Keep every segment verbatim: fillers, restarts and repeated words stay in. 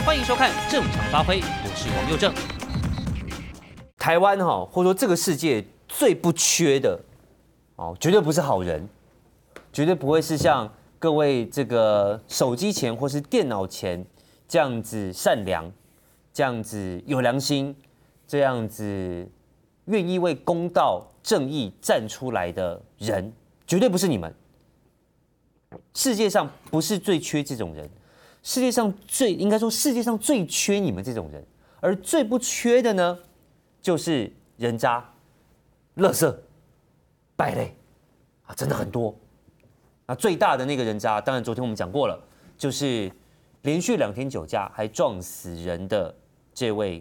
欢迎收看《正常发挥》，我是王佑正。 台湾哈，或者说这个世界最不缺的哦，绝对不是好人，绝对不会是像各位这个手机前或是电脑前这样子善良、这样子有良心、这样子愿意为公道正义站出来的人，绝对不是你们。世界上不是最缺这种人，世界上最应该说世界上最缺你们这种人，而最不缺的呢，就是人渣、垃圾、败类啊，真的很多。那最大的那个人渣，当然昨天我们讲过了，就是连续两天酒驾还撞死人的这位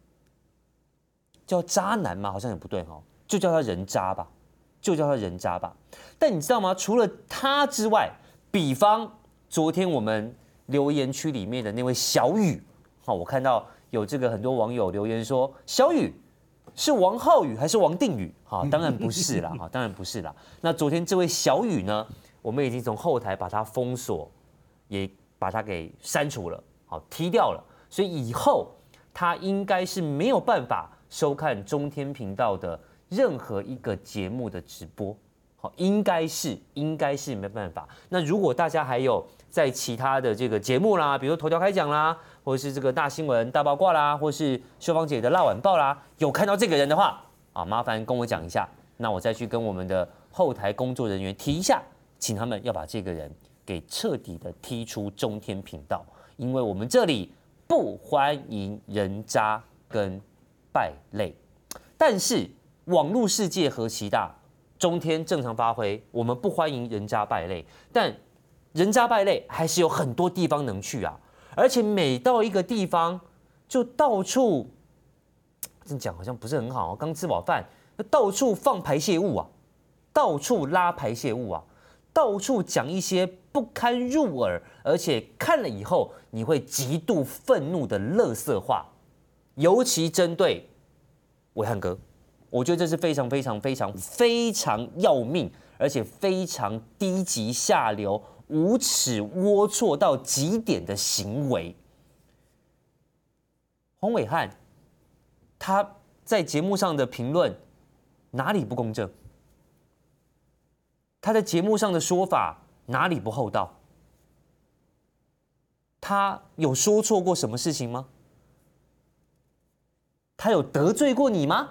叫渣男吗？好像也不对哈，就叫他人渣吧，就叫他人渣吧。但你知道吗？除了他之外，比方昨天我们留言区里面的那位小雨，好，我看到有这个很多网友留言说，小雨是王浩宇还是王定宇？哈，当然不是啦，哈，当然不是啦。那昨天这位小雨呢，我们已经从后台把他封锁，也把他给删除了，好，踢掉了。所以以后他应该是没有办法收看中天频道的任何一个节目的直播，好，应该是应该是没办法。那如果大家还有在其他的这个节目啦，比如说头条开讲啦，或者是这个大新闻大八卦啦，或是秀芳姐的辣晚报啦，有看到这个人的话啊，麻烦跟我讲一下，那我再去跟我们的后台工作人员提一下，请他们要把这个人给彻底的踢出中天频道，因为我们这里不欢迎人渣跟败类。但是网络世界何其大，中天正常发挥，我们不欢迎人渣败类，但人渣败类还是有很多地方能去啊，而且每到一个地方就到处，这样讲好像不是很好，刚吃饱饭，到处放排泄物啊，到处拉排泄物啊，到处讲一些不堪入耳，而且看了以后你会极度愤怒的垃圾话，尤其针对暐瀚哥，我觉得这是非常非常非常非常要命，而且非常低级下流、无耻龌龊到极点的行为。黄暐瀚他在节目上的评论哪里不公正？他在节目上的说法哪里不厚道？他有说错过什么事情吗？他有得罪过你吗？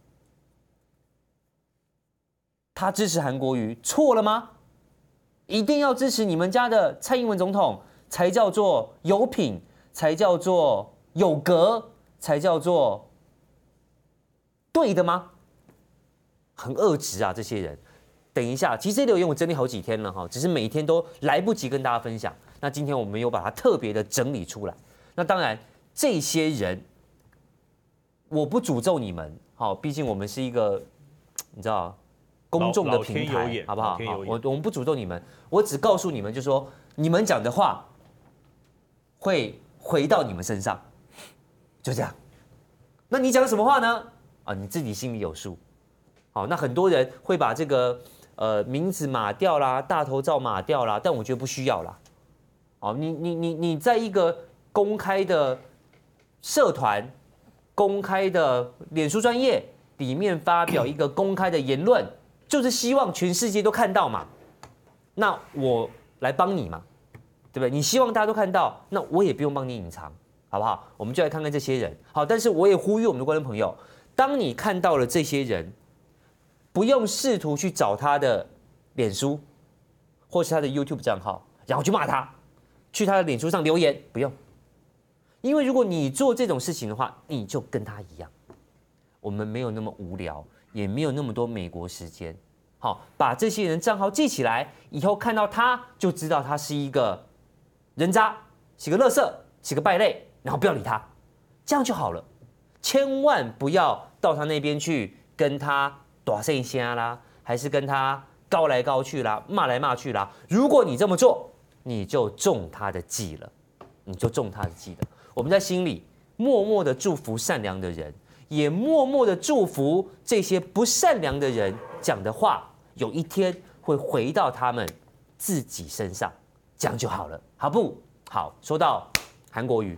他支持韩国瑜错了吗？一定要支持你们家的蔡英文总统才叫做有品，才叫做有格，才叫做对的吗？很恶质啊，这些人。等一下，其实这些留言我整理好几天了哈，只是每一天都来不及跟大家分享。那今天我们有把它特别的整理出来。那当然，这些人我不诅咒你们，好，毕竟我们是一个你知道公众的平台，好不好？好，我我们不诅咒你们，我只告诉你们，就说你们讲的话会回到你们身上，就这样。那你讲什么话呢？啊，你自己心里有数。好，那很多人会把这个呃名字码掉啦，大头照码掉啦，但我觉得不需要啦。好，你你你你在一个公开的社团、公开的脸书专页里面发表一个公开的言论，就是希望全世界都看到嘛。那我来帮你嘛，对不对？你希望大家都看到，那我也不用帮你隐藏，好不好？我们就来看看这些人。好，但是我也呼吁我们的观众朋友，当你看到了这些人，不用试图去找他的脸书或是他的 YouTube 账号，然后去骂他，去他的脸书上留言，不用。因为如果你做这种事情的话，你就跟他一样。我们没有那么无聊，也没有那么多美国时间。好，把这些人账号记起来，以后看到他就知道他是一个人渣，是个垃圾，是个败类，然后不要理他，这样就好了。千万不要到他那边去跟他大声声啦，还是跟他高来高去啦，骂来骂去啦。如果你这么做，你就中他的计了，你就中他的计了。我们在心里默默的祝福善良的人，也默默的祝福这些不善良的人讲的话，有一天会回到他们自己身上，这样就好了，好不好？说到韩国瑜，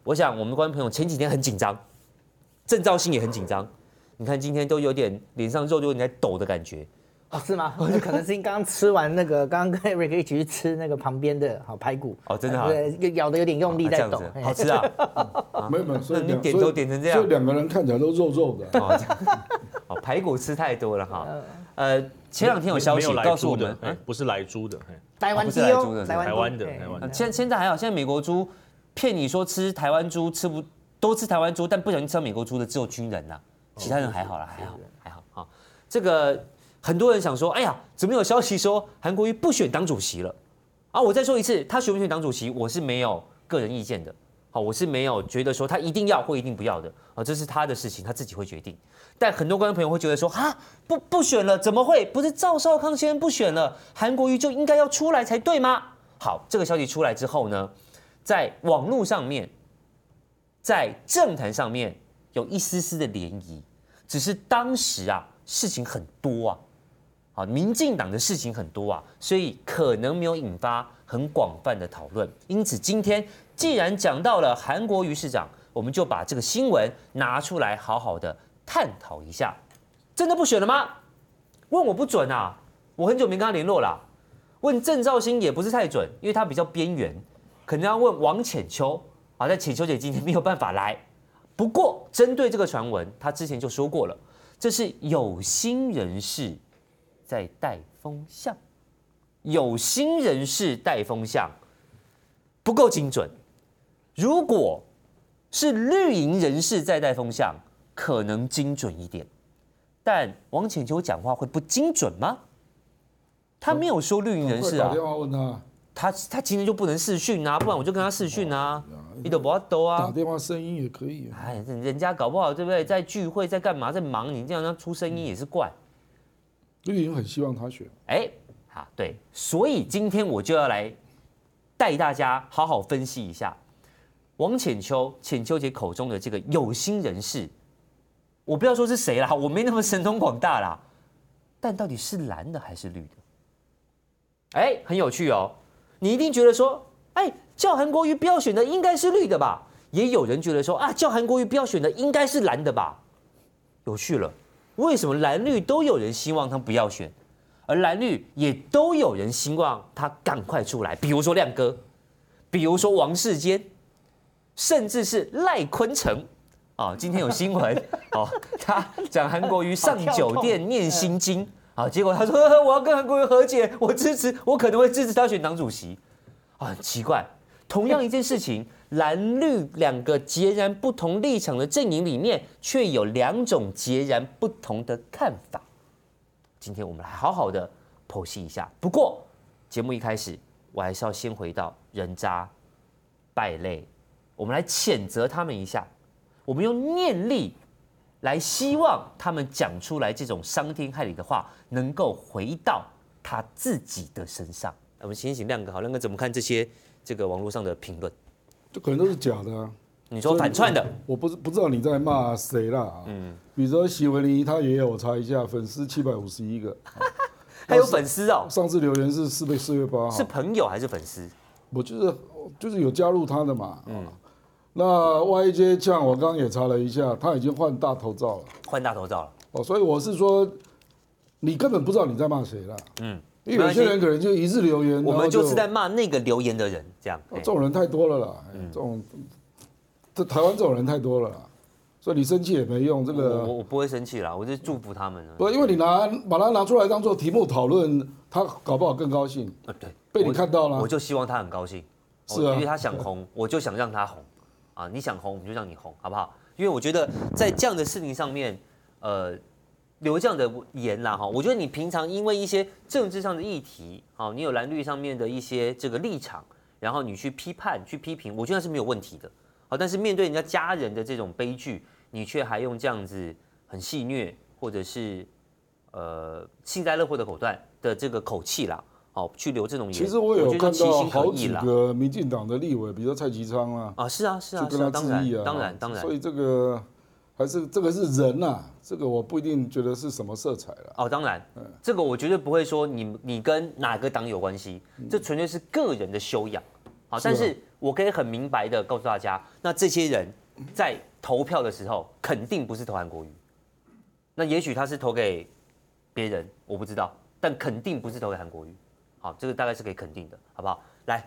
我想我们观众朋友前几天很紧张，郑兆兴也很紧张，你看今天都有点脸上肉就有点在抖的感觉。 哦，是吗？可能是因为刚刚吃完那个，刚刚跟 Eric 一起去吃那个旁边的好排骨。 哦，真的啊， 对，咬的有点用力在抖， 好吃啊。 没有没有，所以你点头点成这样， 所以两个人看起来都肉肉的。 哦，哦，排骨吃太多了哈。呃，前两天有消息告诉我们， 不是来猪的， 台湾鸡哦， 台湾的，台湾的。 现现在还好，现在美国猪骗你说吃台湾猪，吃不都吃台湾猪，但不小心吃到美国猪的只有军人呐，其他人还好啦，还好还好哈。这个。很多人想说，哎呀，怎么有消息说韩国瑜不选党主席了？啊，我再说一次，他选不选党主席，我是没有个人意见的。好，我是没有觉得说他一定要或一定不要的。啊，这是他的事情，他自己会决定。但很多观众朋友会觉得说，哈，不不选了，怎么会？不是赵少康先生不选了，韩国瑜就应该要出来才对吗？好，这个消息出来之后呢，在网络上面，在政坛上面有一丝丝的涟漪，只是当时啊，事情很多啊。啊，民进党的事情很多啊，所以可能没有引发很广泛的讨论。因此，今天既然讲到了韩国瑜市长，我们就把这个新闻拿出来好好的探讨一下。真的不选了吗？问我不准啊，我很久没跟他联络了。问郑兆兴也不是太准，因为他比较边缘，可能要问王浅秋啊。但浅秋姐今天没有办法来。不过，针对这个传闻，他之前就说过了，这是有心人士。在带风向，有心人士带风向不够精准。如果是绿营人士在带风向，可能精准一点。但王浅秋讲话会不精准吗？他没有说绿营人士啊， 打电话问他， 他他今天就不能视讯啊，不然我就跟他视讯啊，你都不要兜啊。 打电话声音也可以。 哎，人家搞不好对不对？在聚会，在干嘛，在忙，你这样让出声音也是怪。 绿营很希望他选， 哎，好，对，所以今天我就要来带大家好好分析一下王浅秋、浅秋姐口中的这个有心人士。我不要说是谁啦，我没那么神通广大啦，但到底是蓝的还是绿的？哎，很有趣哦。你一定觉得说，哎，叫韩国瑜不要选的应该是绿的吧？也有人觉得说，啊，叫韩国瑜不要选的应该是蓝的吧？有趣了。为什么蓝绿都有人希望他不要选，而蓝绿也都有人希望他赶快出来？比如说亮哥，比如说王世坚，甚至是赖坤成。啊，今天有新闻哦，他讲韩国瑜上酒店念心经啊，结果他说我要跟韩国瑜和解，我支持，我可能会支持他选党主席。啊，很奇怪，同样一件事情。蓝绿两个截然不同立场的阵营里面，却有两种截然不同的看法。今天我们来好好的剖析一下。不过节目一开始，我还是要先回到人渣败类，我们来谴责他们一下。我们用念力来希望他们讲出来这种伤天害理的话，能够回到他自己的身上。我们先请亮哥，好，亮哥怎么看这些这个网络上的评论？ 这可能都是假的啊！ 你说反串的， 我不是不知道你在骂谁啦。嗯，比如说许文妮，他也有，我查一下，粉丝七百五十一个， 还有粉丝哦。 上次留言是四月四月八号， 是朋友还是粉丝？ 我就是就是有加入他的嘛。嗯，那 Y J 酱我刚刚也查了一下，他已经换大头照了， 换大头照了。 哦，所以我是说，你根本不知道你在骂谁啦。嗯。因为有些人可能就一日留言， 我们就是在骂那个留言的人，这样。 这种人太多了啦，这种，这台湾这种人太多了啦，所以你生气也没用。这个我我不会生气啦，我就祝福他们。 不，因为你拿把它拿出来当做题目讨论，他搞不好更高兴。 啊，对， 被你看到了， 我就希望他很高兴。 是啊， 因为他想红，我就想让他红。啊，你想红，我们就让你红，好不好？因为我觉得在这样的事情上面，呃。留这样的言啦哈，我觉得你平常因为一些政治上的议题，好，你有蓝绿上面的一些这个立场，然后你去批判、去批评，我觉得是没有问题的。好，但是面对人家家人的这种悲剧，你却还用这样子很戏谑或者是呃幸灾乐祸的口段的这个口气啦，好，去留这种言。 其实我有看到好几个民进党的立委，比如说蔡其昌啊， 啊是啊是啊， 就跟他致意啊， 当然当然。 所以这个。还是这个是人呐、啊，这个我不一定觉得是什么色彩了。 哦，当然，嗯、这个我绝对不会说你你跟哪个党有关系，嗯、这纯粹是个人的修养。好，但是我可以很明白的告诉大家，那这些人在投票的时候肯定不是投韩国瑜，那也许他是投给别人，我不知道，但肯定不是投给韩国瑜。好，这个大概是可以肯定的，好不好？来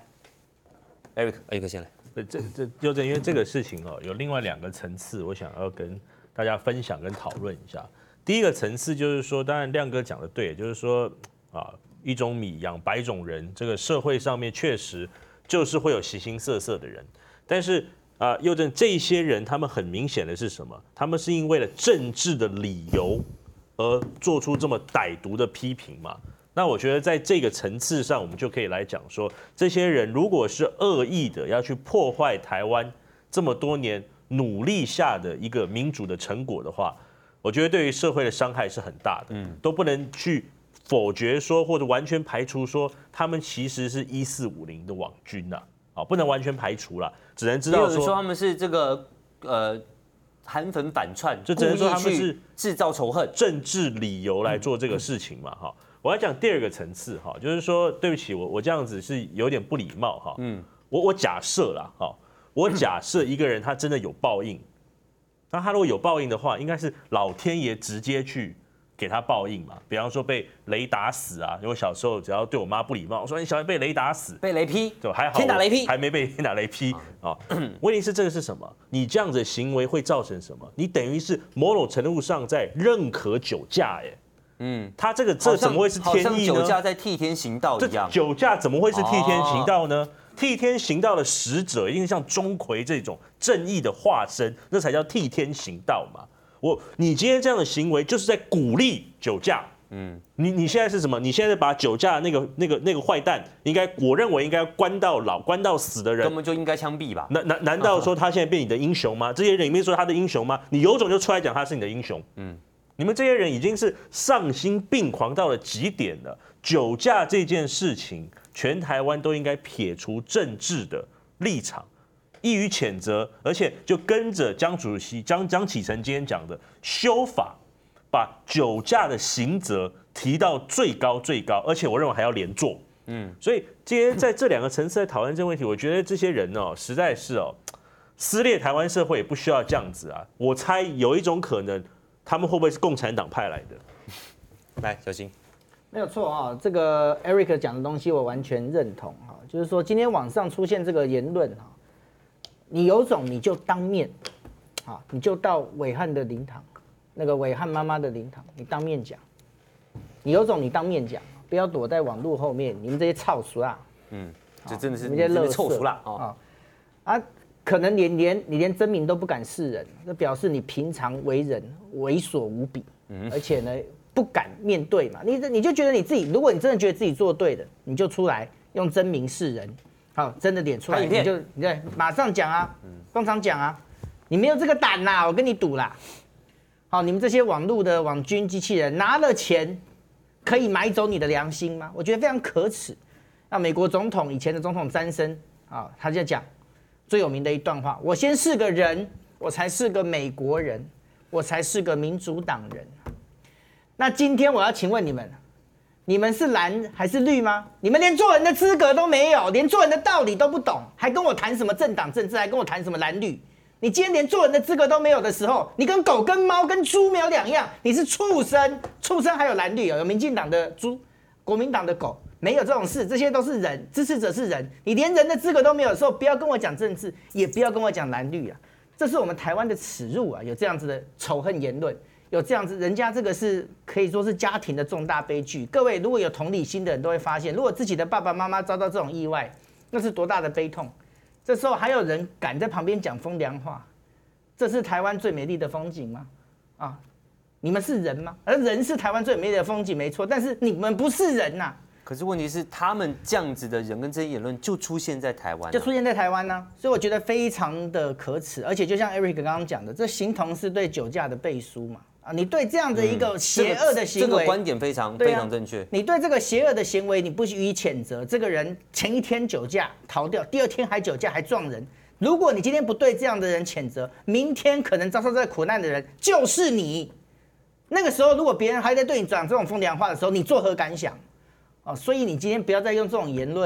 ，Eric，Eric 先来。 对，这这就正因为这个事情哦，有另外两个层次，我想要跟大家分享跟讨论一下。第一个层次就是说，当然亮哥讲的对，就是说啊，一种米养百种人，这个社会上面确实就是会有形形色色的人，但是啊，佑正这些人，他们很明显的是什么？他们是因为了政治的理由而做出这么歹毒的批评嘛？那我觉得在这个层次上，我们就可以来讲说，这些人如果是恶意的要去破坏台湾这么多年努力下的一个民主的成果的话，我觉得对于社会的伤害是很大的，嗯，都不能去否决说或者完全排除说他们其实是一四五零的网军呐，啊，不能完全排除啦，只能知道说， 有人说他们是这个呃韩粉反串， 就只能说他们是制造仇恨， 政治理由来做这个事情嘛，哈。我要讲第二个层次哈，就是说，对不起，我我这样子是有点不礼貌哈。嗯，我我假设啦，哈，我假设一个人他真的有报应，那他如果有报应的话，应该是老天爷直接去给他报应嘛。比方说被雷打死啊，因为我小时候只要对我妈不礼貌，我说你小孩被雷打死， 被雷劈， 就还好， 天打雷劈， 还没被天打雷劈啊。问题是这个是什么？你这样子的行为会造成什么？你等于是某种程度上在认可酒驾，哎。嗯，他这个这怎么会是天意呢？ 酒驾在替天行道一样。 酒驾怎么会是替天行道呢？替天行道的使者一定是像钟馗这种正义的化身，那才叫替天行道嘛。我你今天这样的行为就是在鼓励酒驾。嗯，你你现在是什么？你现在把酒驾那个那个那个坏蛋，应该我认为应该关到老、关到死的人， 根本就应该枪毙吧？ 难难难道说他现在变你的英雄吗？这些人里面说他的英雄吗？你有种就出来讲他是你的英雄。嗯。你们这些人已经是丧心病狂到了极点了。酒驾这件事情，全台湾都应该撇除政治的立场，予以谴责，而且就跟着江主席江江启臣今天讲的修法，把酒驾的刑责提到最高最高，而且我认为还要连坐。嗯，所以今天在这两个层次在讨论这个问题，我觉得这些人哦，实在是哦，撕裂台湾社会也不需要这样子啊。我猜有一种可能。他们会不会是共产党派来的？ 来，小新， 没有错啊。这个 Eric 讲的东西我完全认同哈，就是说今天网上出现这个言论哈，你有种你就当面，啊，你就到伟汉的灵堂，那个伟汉妈妈的灵堂，你当面讲，你有种你当面讲，不要躲在网络后面，你们这些操俗啊，嗯， 这真的是你们这些垃圾臭俗啦啊啊。可能连连你连真名都不敢示人，那表示你平常为人猥琐无比，嗯、而且呢不敢面对嘛。你你就觉得你自己，如果你真的觉得自己做对的，你就出来用真名示人，好，真的脸出来，你就你对马上讲啊，当场讲啊，你没有这个胆啦，我跟你赌啦。好，你们这些网络的网军机器人拿了钱可以买走你的良心吗？我觉得非常可耻。那美国总统以前的总统詹森啊，他就讲。最有名的一段话：我先是个人，我才是个美国人，我才是个民主党人。那今天我要请问你们，你们是蓝还是绿吗？你们连做人的资格都没有，连做人的道理都不懂，还跟我谈什么政党政治，还跟我谈什么蓝绿？你今天连做人的资格都没有的时候，你跟狗、跟猫、跟猪没有两样，你是畜生，畜生还有蓝绿，有民进党的猪，国民党的狗。没有这种事，这些都是人，支持者是人，你连人的资格都没有的时候，不要跟我讲政治，也不要跟我讲蓝绿啊，这是我们台湾的耻辱啊！有这样子的仇恨言论，有这样子，人家这个是可以说是家庭的重大悲剧。各位如果有同理心的人都会发现，如果自己的爸爸妈妈遭到这种意外，那是多大的悲痛。这时候还有人敢在旁边讲风凉话，这是台湾最美丽的风景吗？啊，你们是人吗？而人是台湾最美丽的风景，没错，但是你们不是人呐、啊。 可是问题是，他们这样子的人跟这些言论就出现在台湾， 就出现在台湾呢、啊，所以我觉得非常的可耻，而且就像 Eric 刚刚讲的，这形同是对酒驾的背书嘛。啊，你对这样的一个邪恶的行为， 嗯、这个观点非常、啊、非常正确。 你对这个邪恶的行为，你不予以谴责。这个人前一天酒驾逃掉，第二天还酒驾还撞人。如果你今天不对这样的人谴责，明天可能遭受这个苦难的人就是你。那个时候，如果别人还在对你讲这种风凉话的时候，你作何感想？哦，所以你今天不要再用这种言论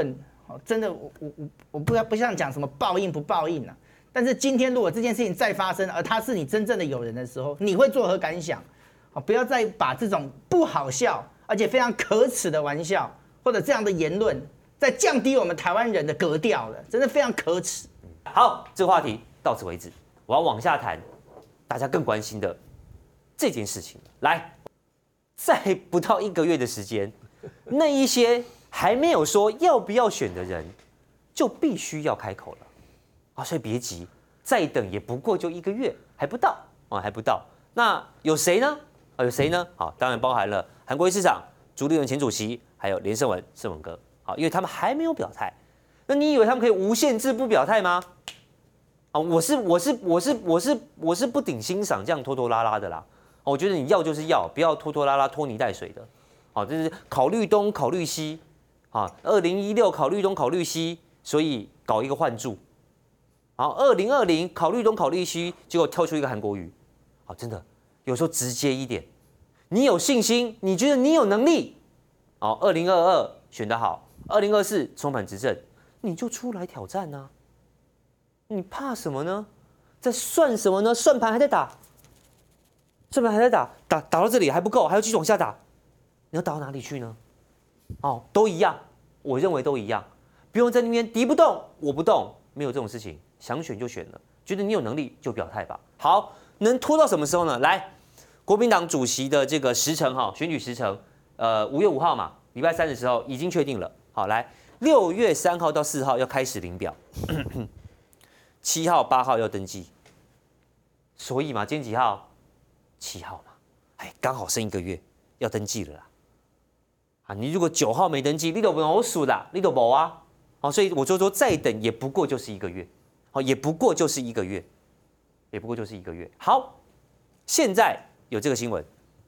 好，真的我我我我不要不像讲什么报应不报应啊，但是今天如果这件事情再发生，而他是你真正的友人的时候，你会作何感想？好，不要再把这种不好笑而且非常可耻的玩笑或者这样的言论，再降低我们台湾人的格调了，真的非常可耻。 好，这个话题到此为止，我要往下谈大家更关心的这件事情。来，在不到一个月的时间，那一些还没有说要不要选的人，就必须要开口了啊！所以别急，再等也不过就一个月，还不到啊，还不到。那有谁呢？啊，有谁呢？好，当然包含了韩国瑜市长、朱立伦前主席，还有连胜文、胜文哥。好，因为他们还没有表态。那你以为他们可以无限制不表态吗？啊，我是我是我是我是我是不顶欣赏这样拖拖拉拉的啦。我觉得你要就是要，不要拖拖拉拉、拖泥带水的。好，这是考虑东考虑西。啊，二零一六考虑东考虑西，所以搞一个换柱。好，二零二零考虑东考虑西，结果跳出一个韩国瑜。好，真的有时候直接一点，你有信心，你觉得你有能力。好，二零二二选得好，二零二四重返执政，你就出来挑战啊！你怕什么呢？在算什么呢？算盘还在打，算盘还在打，打打到这里还不够，还要继续往下打，你要打到哪里去呢？哦，都一样，我认为都一样，不用在那边敌不动我不动，没有这种事情，想选就选了，觉得你有能力就表态吧。好，能拖到什么时候呢？来，国民党主席的这个时程哈，选举时程，呃，五月五号嘛，礼拜三的时候已经确定了。好，来，六月三号到四号要开始领表，七号、八号要登记，所以嘛，今天几号？七号嘛，哎，刚好剩一个月要登记了啦。啊，你如果九号没登记，你都不好数啦，你都没啊。好，所以我就说再等也不过就是一个月，好，也不过就是一个月，也不过就是一个月。好，现在有这个新闻，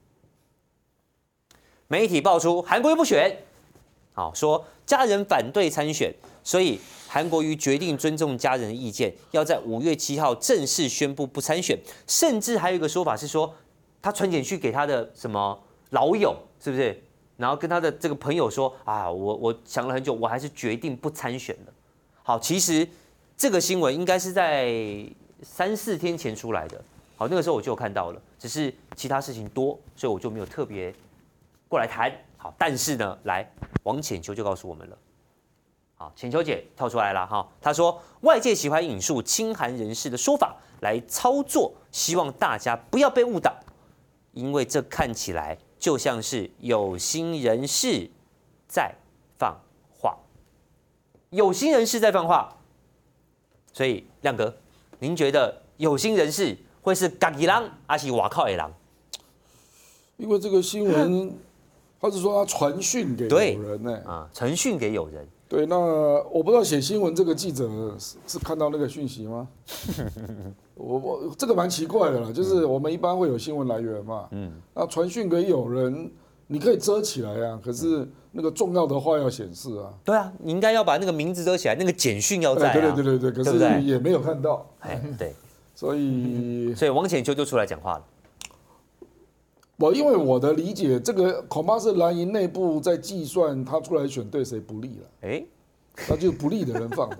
媒体爆出韩国瑜不选，好，说家人反对参选，所以韩国瑜决定尊重家人的意见，要在五月七号正式宣布不参选，甚至还有一个说法是说，他传简讯给他的什么老友，是不是？然后跟他的这个朋友说啊，我我想了很久，我还是决定不参选了。好，其实这个新闻应该是在三四天前出来的。好，那个时候我就有看到了，只是其他事情多，所以我就没有特别过来谈。好，但是呢，来王浅秋就告诉我们了。好，浅秋姐跳出来了哈，她说外界喜欢引述亲韩人士的说法来操作，希望大家不要被误导，因为这看起来就像是有心人士在放话，有心人士在放话。所以亮哥，您觉得有心人士会是家己人，还是外口的人？ 因为这个新闻，他是说他传讯给友人呢、欸， 啊，传讯给友人。 对，那我不知道写新闻这个记者是是看到那个讯息吗？我我这个蛮奇怪的啦，就是我们一般会有新闻来源嘛，嗯，那传讯给友人，你可以遮起来啊，可是那个重要的话要显示啊。 对啊，你应该要把那个名字遮起来，那个简讯要在、啊哎。对对对对对，可是也没有看到。 哎，对， 所以所以王浅秋就出来讲话了。 我因为我的理解，这个恐怕是蓝营内部在计算他出来选对谁不利了。 哎， 那就是不利的人放的。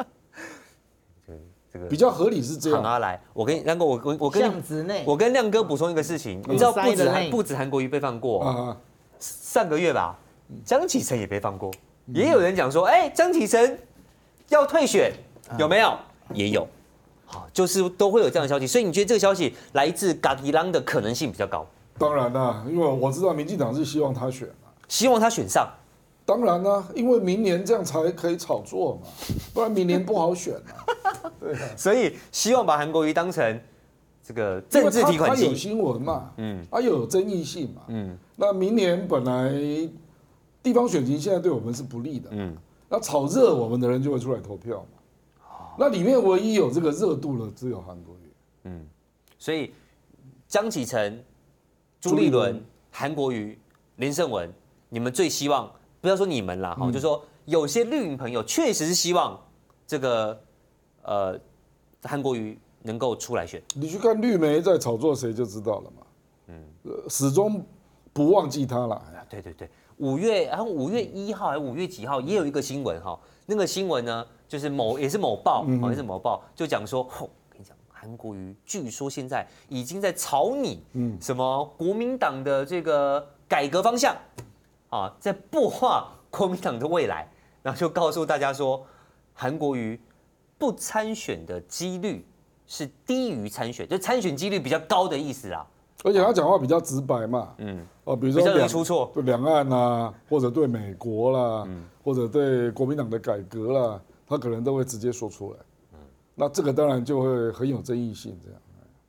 这个比较合理是这样。 好啊，来，我跟亮哥，我我我跟巷子内， 我跟亮哥补充一个事情，你知道不止韩不止韩国瑜被放过，啊、上个月吧，江启臣也被放过，嗯、也有人讲说，哎、欸，江启臣要退选，有没有？啊、也有，好，就是都会有这样的消息，所以你觉得这个消息来自嘎吉郎的可能性比较高？ 当然啦，因为我知道民进党是希望他选啊， 希望他选上。 当然啦，因为明年这样才可以炒作嘛，不然明年不好选啊。对啊， 所以希望把韩国瑜当成这个政治提款机。 他有新闻嘛，嗯，他又有争议性嘛，嗯，那明年本来地方选情现在对我们是不利的，嗯，那炒热我们的人就会出来投票嘛，那里面唯一有这个热度的只有韩国瑜， 嗯，所以江启臣、朱立伦、韩国瑜、连胜文，你们最希望？不要说你们啦，哈、嗯，就说有些绿营朋友确实是希望这个呃韩国瑜能够出来选。 你去看绿媒在炒作谁就知道了嘛，嗯，始终不忘记他了。 对对对， 五月，然后五月一号还是五月几号，也有一个新闻哈，那个新闻呢，就是某也是某报，好像是某报，就讲说，吼，跟你讲，韩国瑜据说现在已经在草拟，嗯，什么国民党的这个改革方向，啊，在擘画国民党的未来，然后就告诉大家说，韩国瑜不参选的几率是低于参选，就参选几率比较高的意思啊。 而且他讲话比较直白嘛，嗯，哦，比如说两出错， 两岸啊，或者对美国啦，嗯、或者对国民党的改革啦，他可能都会直接说出来，嗯，那这个当然就会很有争议性，这样。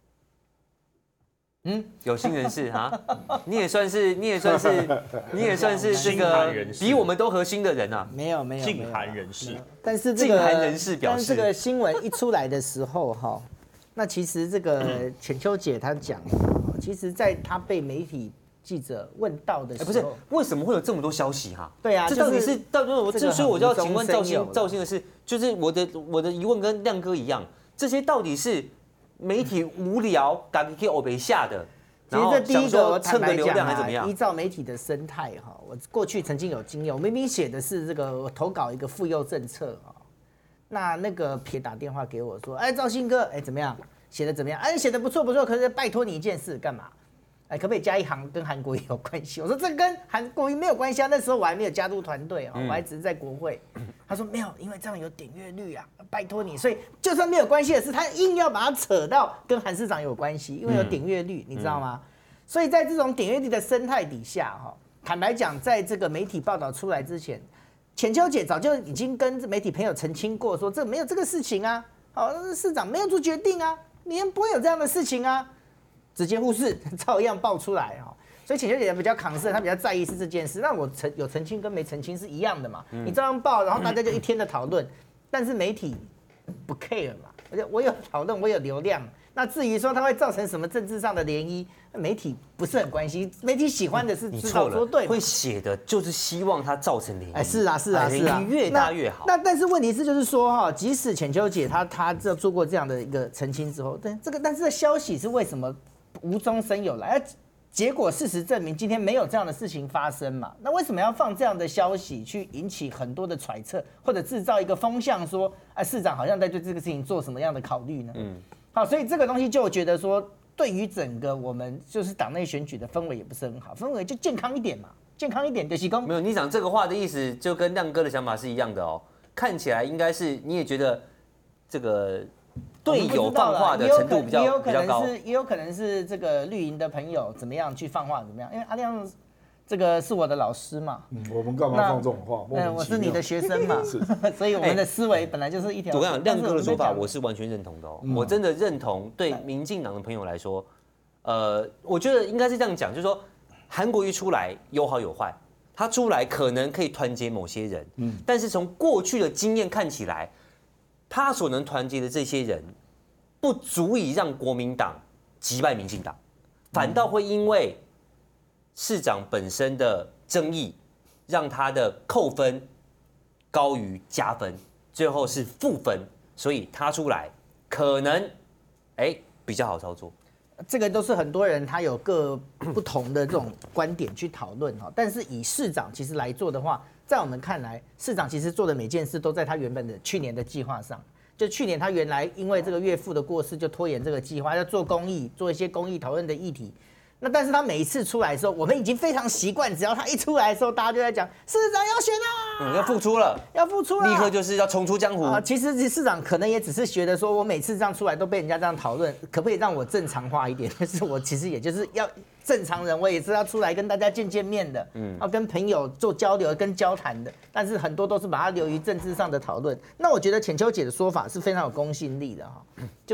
嗯，有心人士哈，你也算是，你也算是，你也算是这个比我们都核心的人啊。 没有没有， 禁韩人士， 但是这个禁韩人士表示， 但是这个新闻一出来的时候哈。那其实这个浅秋姐她讲，其实在她被媒体记者问到的时候， 不是为什么会有这么多消息哈？ 对啊， 这到底是到底我这所以我就要请问赵兴赵兴的是，就是我的我的疑问跟亮哥一样，这些到底是媒体无聊赶给欧北下的？ 其实这第一个我蹭个流量还怎么样？ 依照媒体的生态哈，我过去曾经有经验，我明明写的是这个我投稿一个妇幼政策啊。那那个撇打电话给我说，哎，赵兴哥，哎，怎么样？写的怎么样？哎，写的不错不错，可是拜托你一件事，干嘛？哎，可不可以加一行跟韩国瑜有关系？我说这跟韩国瑜没有关系啊，那时候我还没有加入团队啊，我还只是在国会。他说没有，因为这样有点阅率啊，拜托你。所以就算没有关系的事，他硬要把它扯到跟韩市长有关系，因为有点阅率，你知道吗？所以在这种点阅率的生态底下，哈，坦白讲，在这个媒体报道出来之前。浅秋姐早就已经跟媒体朋友澄清过，说这没有这个事情啊，好，市长没有做决定啊，你们不会有这样的事情啊，直接忽视，照样爆出来哈。所以浅秋姐比较扛胜，她比较在意是这件事。那我澄有澄清跟没澄清是一样的嘛，你照样报，然后大家就一天的讨论，但是媒体不 care 嘛，而且我有讨论，我有流量。那至于说它会造成什么政治上的涟漪，媒体不是很关心，媒体喜欢的是知道说对， 会写的就是希望它造成涟漪。 哎，是啊，是啊，是啊， 越大越好。 那但是问题是就是说哈，即使浅秋姐她她这做过这样的一个澄清之后，但这个但是这消息是为什么无中生有来？结果事实证明今天没有这样的事情发生嘛？那为什么要放这样的消息去引起很多的揣测，或者制造一个风向说，啊市长好像在对这个事情做什么样的考虑呢？嗯。好，所以这个东西就觉得说，对于整个我们就是党内选举的氛围也不是很好，氛围就健康一点嘛，健康一点就是说没有，你讲这个话的意思就跟亮哥的想法是一样的哦。看起来应该是你也觉得这个队友放话的程度比较比较高， 也有可能是这个绿营的朋友怎么样去放话怎么样，因为阿亮。这个是我的老师嘛， 嗯，我们干嘛放这种话？ 嗯，我是你的学生嘛，所以我们的思维本来就是一条。 我跟你讲，亮哥的说法我是完全认同的哦，我真的认同。对民进党的朋友来说，呃，我觉得应该是这样讲，就是说韩国瑜出来有好有坏，他出来可能可以团结某些人，嗯，但是从过去的经验看起来，他所能团结的这些人，不足以让国民党击败民进党，反倒会因为市长本身的争议，让他的扣分高于加分，最后是负分，所以他出来可能哎比较好操作。 这个都是很多人他有各不同的这种观点去讨论哈，但是以市长其实来做的话，在我们看来，市长其实做的每件事都在他原本的去年的计划上。就去年他原来因为这个岳父的过世，就拖延这个计划，要做公益，做一些公益讨论的议题。那但是他每一次出来的时候，我们已经非常习惯，只要他一出来的时候，大家就在讲市长要选啊， 嗯，要复出了， 要复出了， 立刻就是要重出江湖啊。其实市长可能也只是觉得说，我每次这样出来都被人家这样讨论，可不可以让我正常化一点？但是我其实也就是要正常人，我也是要出来跟大家见见面的，嗯，要跟朋友做交流、跟交谈的。但是很多都是把它流于政治上的讨论。那我觉得浅秋姐的说法是非常有公信力的哈，就是。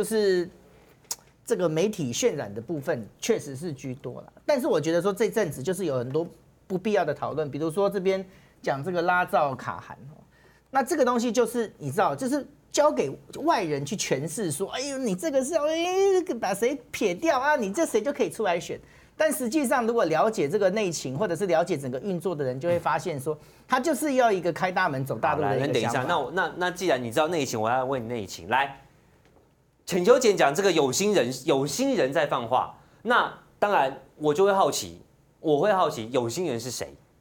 这个媒体渲染的部分确实是居多了，但是我觉得说这阵子就是有很多不必要的讨论，比如说这边讲这个拉造卡韩哦，那这个东西就是你知道，就是交给外人去诠释说，哎呦，你这个是要哎把谁撇掉啊，你这谁就可以出来选。但实际上，如果了解这个内情，或者是了解整个运作的人，就会发现说，他就是要一个开大门走大路的一个想法。等一下， 那我那那既然你知道内情，我要问你内情来。浅秋姐讲这个有心人，有心人在放话，那当然我就会好奇，我会好奇有心人是谁？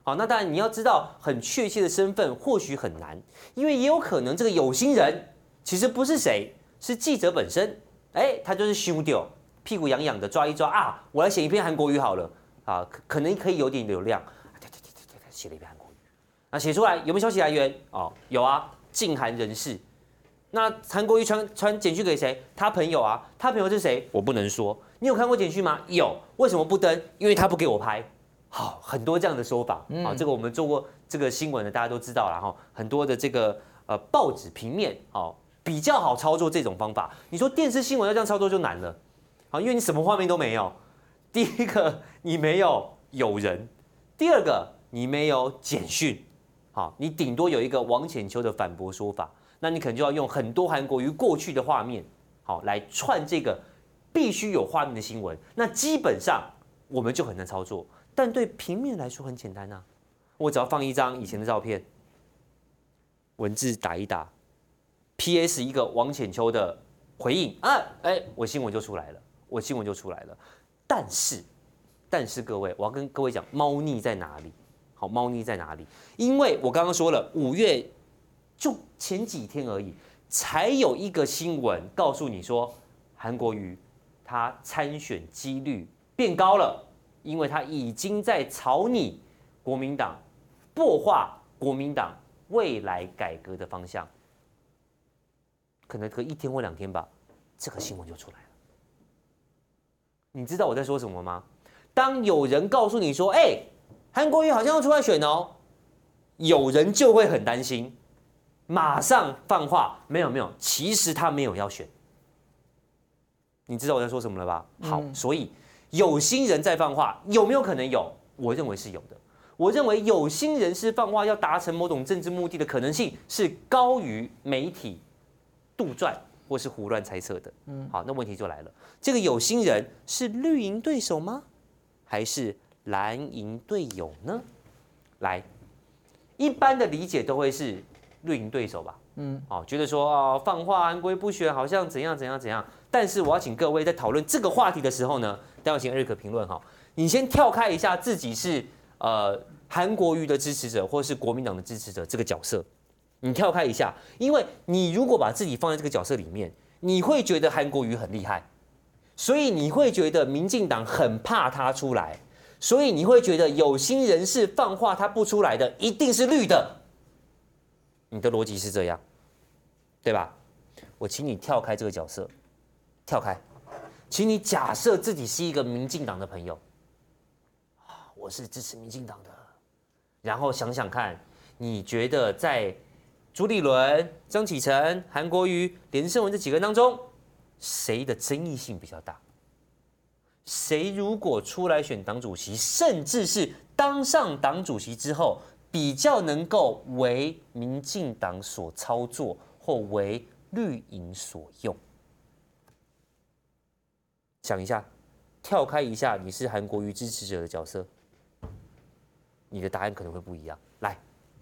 好，那当然你要知道很确切的身份或许很难，因为也有可能这个有心人其实不是谁，是记者本身。哎，他就是凶掉，屁股痒痒的抓一抓啊，我来写一篇韩国语好了啊，可可能可以有点流量。对对对对对，写了一篇韩国语，那写出来有没有消息来源？哦，有啊，禁韩人士。那韩国瑜传传简讯给谁？他朋友啊，他朋友是谁？我不能说。你有看过简讯吗？有。为什么不登？因为他不给我拍。好，很多这样的说法。好，这个我们做过这个新闻的，大家都知道了哈。很多的这个呃报纸平面，好比较好操作这种方法。你说电视新闻要这样操作就难了，好，因为你什么画面都没有。第一个，你没有友人；第二个，你没有简讯。好，你顶多有一个王浅秋的反驳说法。那你可能就要用很多韩国瑜过去的画面，好来串这个必须有画面的新闻。那基本上我们就很难操作，但对平面来说很简单啊。我只要放一张以前的照片，文字打一打 ，P S 一个王浅秋的回应啊，哎，我新闻就出来了，我新闻就出来了。但是，但是各位，我要跟各位讲，猫腻在哪里？好，猫腻在哪里？因为我刚刚说了，五月。就前几天而已，才有一个新闻告诉你说，韩国瑜他参选几率变高了，因为他已经在草拟国民党擘画国民党未来改革的方向，可能隔一天或两天吧，这个新闻就出来了。你知道我在说什么吗？当有人告诉你说，哎、欸，韩国瑜好像要出来选哦，有人就会很担心。马上放话，没有没有，其实他没有要选。你知道我在说什么了吧？好，嗯、所以有心人在放话，有没有可能有？我认为是有的。我认为有心人士放话要达成某种政治目的的可能性是高于媒体杜撰或是胡乱猜测的。嗯，好，那问题就来了，这个有心人是绿营对手吗？还是蓝营队友呢？来，一般的理解都会是。绿营对手吧，嗯，哦，觉得说哦放话韩国瑜不选，好像怎样怎样怎样。但是我要请各位在讨论这个话题的时候呢，待会请艾瑞克评论哈，你先跳开一下自己是呃韩国瑜的支持者或是国民党的支持者这个角色，你跳开一下，因为你如果把自己放在这个角色里面，你会觉得韩国瑜很厉害，所以你会觉得民进党很怕他出来，所以你会觉得有心人士放话他不出来的一定是绿的。你的逻辑是这样，对吧？我请你跳开这个角色，跳开，请你假设自己是一个民进党的朋友，我是支持民进党的，然后想想看，你觉得在朱立伦、张启成、韩国瑜、连胜文这几个人当中，谁的争议性比较大？谁如果出来选党主席，甚至是当上党主席之后，比较能够为民进党所操作，或为绿营所用。想一下，跳开一下，你是韩国瑜支持者的角色，你的答案可能会不一样。来，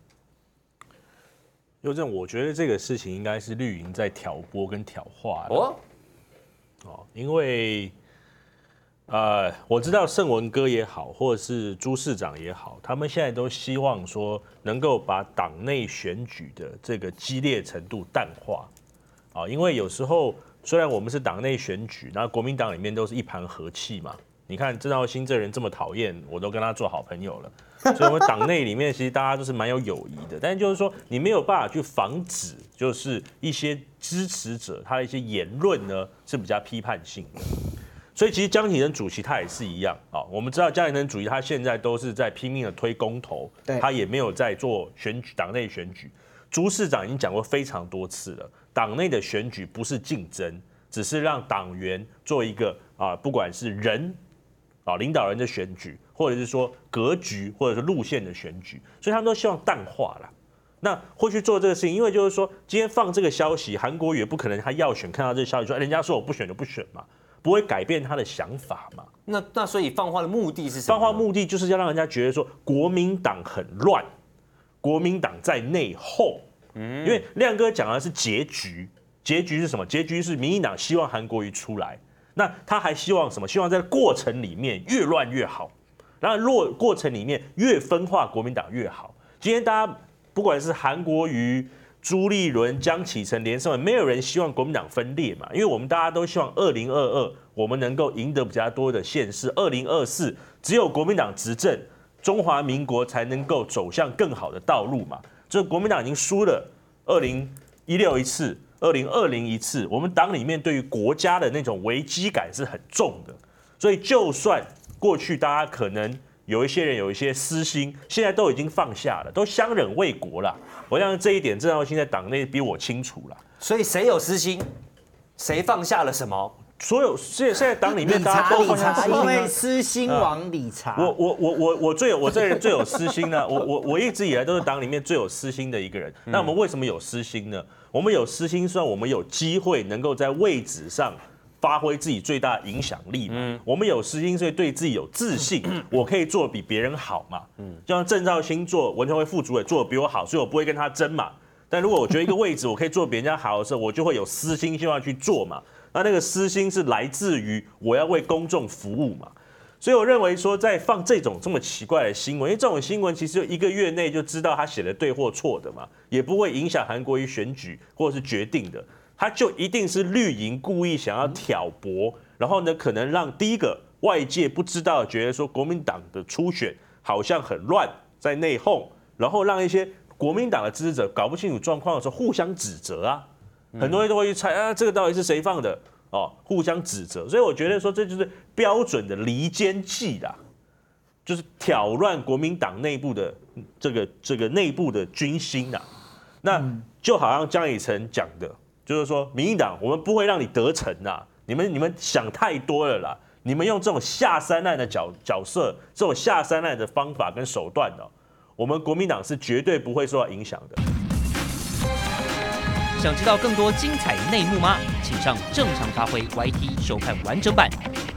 佑正，我觉得这个事情应该是绿营在挑拨跟挑化哦，哦，因为。呃，我知道盛文哥也好，或者是朱市长也好，他们现在都希望说能够把党内选举的这个激烈程度淡化啊，因为有时候虽然我们是党内选举，然后国民党里面都是一盘和气嘛，你看郑耀兴这人这么讨厌，我都跟他做好朋友了，所以我们党内里面其实大家都是蛮有友谊的，但是就是说你没有办法去防止，就是一些支持者他的一些言论呢是比较批判性的。所以其实江启臣主席他也是一样啊，我们知道江启臣主席他现在都是在拼命的推公投，他也没有在做选举党内选举。朱市长已经讲过非常多次了，党内的选举不是竞争，只是让党员做一个啊，不管是人啊领导人的选举，或者是说格局或者是路线的选举，所以他们都希望淡化了。那会去做这个事情，因为就是说今天放这个消息，韩国瑜也不可能他要选看到这个消息说，人家说我不选就不选嘛。不会改变他的想法嘛？ 那那所以放话的目的是什么？ 放话目的就是要让人家觉得说国民党很乱，国民党在内讧。嗯，因为亮哥讲的是结局，结局是什么？结局是民进党希望韩国瑜出来，那他还希望什么？希望在过程里面越乱越好， 然后落过程里面越分化国民党越好。今天大家不管是韩国瑜、朱立伦、江启臣、连胜文，没有人希望国民党分裂嘛，因为我们大家都希望二零二二我们能够赢得比较多的县市，二零二四只有国民党执政，中华民国才能够走向更好的道路嘛。这国民党已经输了二零一六一次，二零二零一次，我们党里面对于国家的那种危机感是很重的，所以就算过去大家可能有一些人有一些私心，现在都已经放下了，都相忍为国了。我想这一点郑耀兴在党内比我清楚了。 所以谁有私心，谁放下了什么？ 所有现在现在党里面理大家都查理查， 放下私心啊因为私心王理查。 我我我我我最有我这个人最有私心呢，我我我一直以来都是党里面最有私心的一个人。那我们为什么有私心呢？我们有私心，算我们有机会能够在位置上发挥自己最大的影响力嘛。嗯、我们有私心，所以对自己有自信，嗯、我可以做得比别人好嘛。嗯，就像郑兆兴做文传会副主委做得比我好，所以我不会跟他争嘛。但如果我觉得一个位置我可以做得比人家好的时候，我就会有私心，希望去做嘛。那那个私心是来自于我要为公众服务嘛。所以我认为说，在放这种这么奇怪的新闻，因为这种新闻其实就一个月内就知道他写的对或错的嘛，也不会影响韩国瑜选举或者是决定的。他就一定是绿营故意想要挑拨，然后呢，可能让第一个外界不知道，觉得说国民党的初选好像很乱，在内讧，然后让一些国民党的支持者搞不清楚状况的时候互相指责啊，很多人都会去猜啊，这个到底是谁放的哦，互相指责，所以我觉得说这就是标准的离间计啦，就是挑乱国民党内部的这个这个内部的军心呐，那就好像江以诚讲的。就是说，民进党我们不会让你得逞呐，你们你们想太多了啦，你们用这种下三滥的角角色，这种下三滥的方法跟手段呢，我们国民党是绝对不会受到影响的。 想知道更多精彩内幕吗？请上正常发挥 Y T 收看完整版。